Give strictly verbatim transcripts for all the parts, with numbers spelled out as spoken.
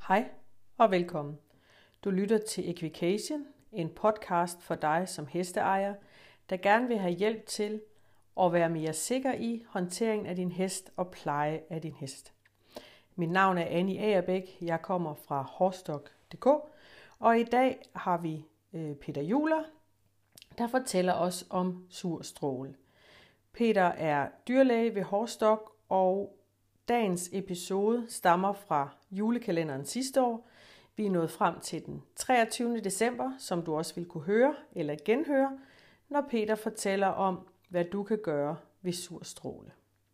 Hej og velkommen. Du lytter til Equication, en podcast for dig som hesteejer, der gerne vil have hjælp til at være mere sikker i håndteringen af din hest og pleje af din hest. Mit navn er Annie Agerbæk, jeg kommer fra Horstock punktum d k, og i dag har vi Peter Juler, der fortæller os om sur stråle. Peter er dyrlæge ved Horstock, og dagens episode stammer fra julekalenderen sidste år. Vi er nået frem til den treogtyvende december, som du også vil kunne høre eller genhøre, når Peter fortæller om, hvad du kan gøre ved sur stråle.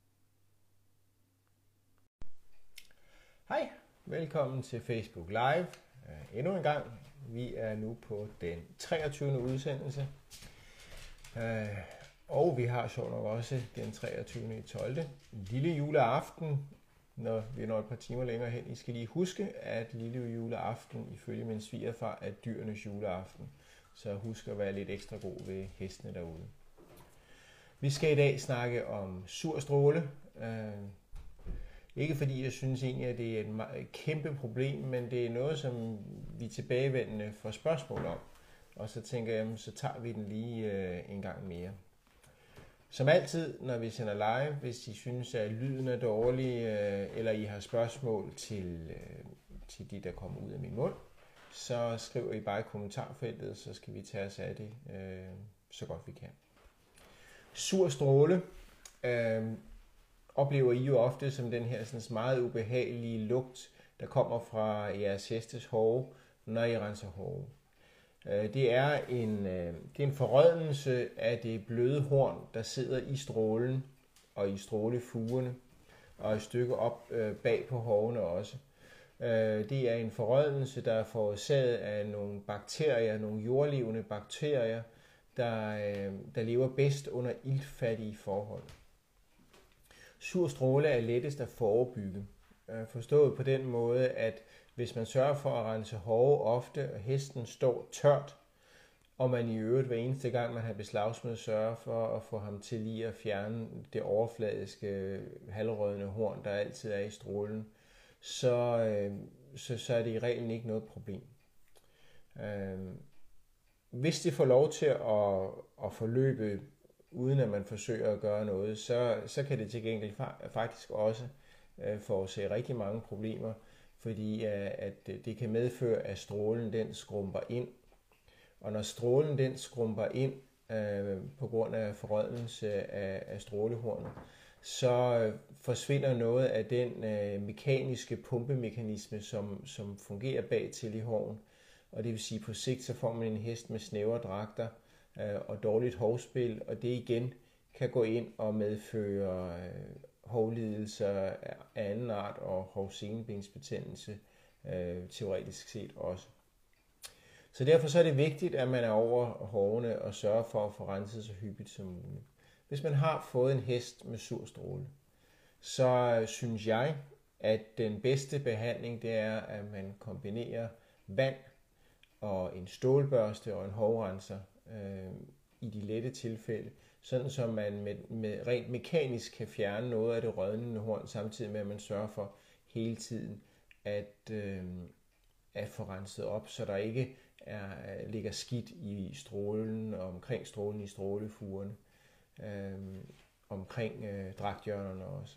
Hej, velkommen til Facebook Live. Uh, endnu en gang. Vi er nu på den treogtyvende udsendelse. Uh, og vi har sjovt nok også den treogtyvende tolvte lille juleaften, når vi når et par timer længere hen. I skal lige huske, at lille juleaften ifølge min svigerfar er dyrenes juleaften. Så husk at være lidt ekstra god ved hestene derude. Vi skal i dag snakke om sur stråle. Uh, Ikke fordi jeg synes egentlig, at det er et, et kæmpe problem, men det er noget, som vi tilbagevendende får spørgsmål om. Og så tænker jeg, så tager vi den lige øh, en gang mere. Som altid, når vi sender live, hvis I synes, at lyden er dårlig, øh, eller I har spørgsmål til, øh, til de, der kommer ud af min mund, så skriver I bare i kommentarfeltet, så skal vi tage os af det øh, så godt vi kan. Sur stråle. Øh, oplever I jo ofte som den her sådan meget ubehagelige lugt, der kommer fra jeres hestes hove, når I renser hove. Det er en, det er en forrådnelse af det bløde horn, der sidder i strålen og i strålefugerne og et stykke op bag på hovene også. Det er en forrådnelse, der er forårsaget af nogle bakterier, nogle jordlevende bakterier, der, der lever bedst under iltfattige forhold. Sur stråle er lettest at forebygge. Forstået på den måde, at hvis man sørger for at rense hove ofte, og hesten står tørt, og man i øvrigt hver eneste gang, man har beslagsmed, sørger for at få ham til lige at fjerne det overfladiske halvrødne horn, der altid er i strålen, så, så, så er det i reglen ikke noget problem. Hvis det får lov til at, at forløbe uden at man forsøger at gøre noget, så, så kan det til gengæld faktisk også øh, forårsage rigtig mange problemer, fordi øh, at det kan medføre, at strålen den skrumper ind. Og når strålen den skrumper ind øh, på grund af forrådnelse af, af strålehornet, så øh, forsvinder noget af den øh, mekaniske pumpemekanisme, som, som fungerer bag til i hoven. Og det vil sige, at på sigt så får man en hest med snævre dragter, og dårligt hovspil, og det igen kan gå ind og medføre øh, hovlidelser af anden art og hovsenebensbetændelse øh, teoretisk set også. Så derfor så er det vigtigt, at man er over hovene og sørger for at få renset så hyppigt som muligt. Hvis man har fået en hest med sur stråle, så synes jeg, at den bedste behandling det er, at man kombinerer vand og en stålbørste og en hovrenser i de lette tilfælde, sådan så man med, med rent mekanisk kan fjerne noget af det rådnende horn, samtidig med at man sørger for hele tiden at, øh, at få renset op, så der ikke er, ligger skidt i strålen og omkring strålen i strålefugerne, øh, omkring øh, dragthjørnerne også.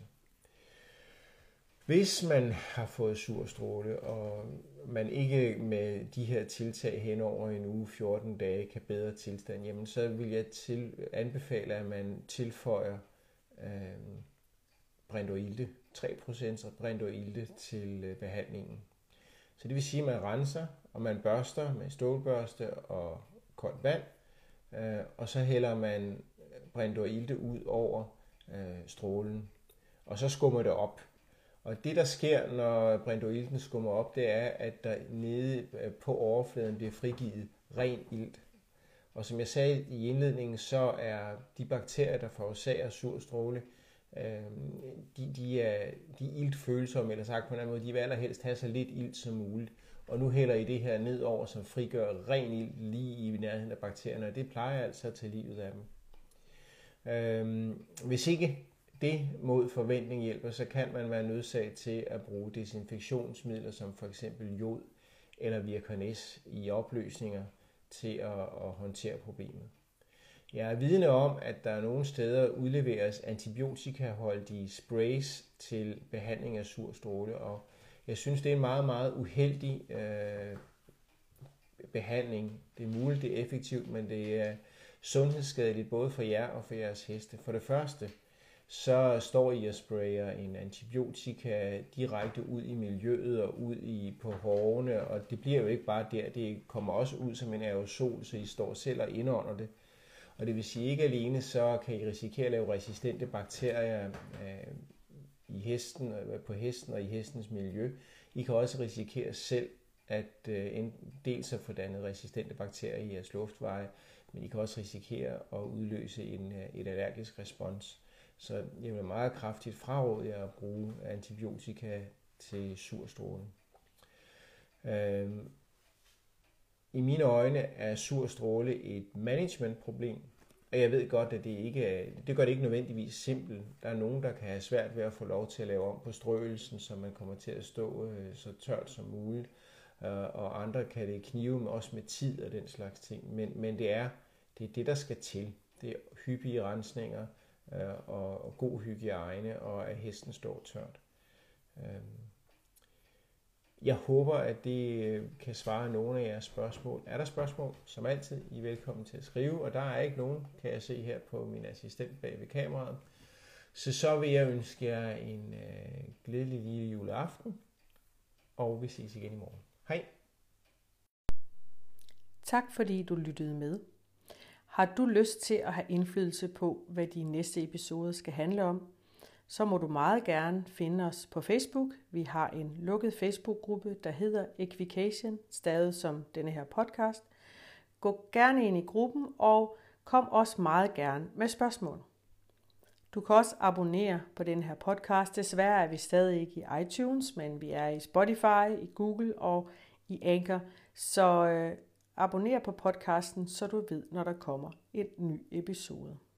Hvis man har fået sur stråle, og man ikke med de her tiltag hen over en uge, fjorten dage, kan bedre tilstand, jamen så vil jeg til, anbefale, at man tilføjer øh, Brindoilte, tre procent Brindoilte til øh, behandlingen. Så det vil sige, at man renser, og man børster med stålbørste og koldt vand, øh, og så hælder man Brindoilte ud over øh, strålen, og så skummer det op. Og det, der sker, når Brindoilten skummer op, det er, at der nede på overfladen bliver frigivet ren ilt. Og som jeg sagde i indledningen, så er de bakterier, der forårsager sur stråle, de, de, er, de er iltfølsomme, eller sagt på en anden måde, de vil allerhelst have så lidt ilt som muligt. Og nu hælder I det her ned over, som frigør ren ilt lige i nærheden af bakterierne, og det plejer altså at tage livet af dem. Hvis ikke det mod forventning hjælper, så kan man være nødsaget til at bruge desinfektionsmidler som for eksempel jod eller Vircones i opløsninger til at, at håndtere problemet. Jeg er vidne om, at der nogle steder udleveres antibiotikaholdige sprays til behandling af sur stråle, og jeg synes, det er en meget, meget uheldig øh, behandling. Det er muligt, det er effektivt, men det er sundhedsskadeligt både for jer og for jeres heste. For det første, så står I og sprayer en antibiotika direkte ud i miljøet og ud i på hårene, og det bliver jo ikke bare der, det kommer også ud som en aerosol, så I står selv og indånder det. Og det vil sige, ikke alene så kan I risikere at lave resistente bakterier øh, i hesten, på hesten og i hestens miljø. I kan også risikere selv at øh, en dels at få dannet resistente bakterier i jeres luftveje, men I kan også risikere at udløse en, et allergisk respons. Så jeg vil meget kraftigt fraråde jer at bruge antibiotika til sur stråling. Øhm, I mine øjne er sur stråle et managementproblem, og jeg ved godt, at det ikke er, det gør det ikke nødvendigvis simpelt. Der er nogen, der kan have svært ved at få lov til at lave om på strøelsen, så man kommer til at stå øh, så tørt som muligt, øh, og andre kan det knive med, også med tid og den slags ting. Men, men det er det, er det, der skal til. Det er hyppige rensninger, Og, og god hygiejne, og at hesten står tørt. Jeg håber, at det kan svare nogle af jeres spørgsmål. Er der spørgsmål, som altid, I er velkommen til at skrive, og der er ikke nogen, kan jeg se her på min assistent bag ved kameraet. Så så vil jeg ønske jer en øh, glædelig lille juleaften, og vi ses igen i morgen. Hej! Tak fordi du lyttede med. Har du lyst til at have indflydelse på, hvad de næste episoder skal handle om, så må du meget gerne finde os på Facebook. Vi har en lukket Facebook-gruppe, der hedder Equication, stavet som denne her podcast. Gå gerne ind i gruppen, og kom også meget gerne med spørgsmål. Du kan også abonnere på den her podcast. Desværre er vi stadig ikke i iTunes, men vi er i Spotify, i Google og i Anchor. Så øh, abonner på podcasten, så du ved, når der kommer en ny episode.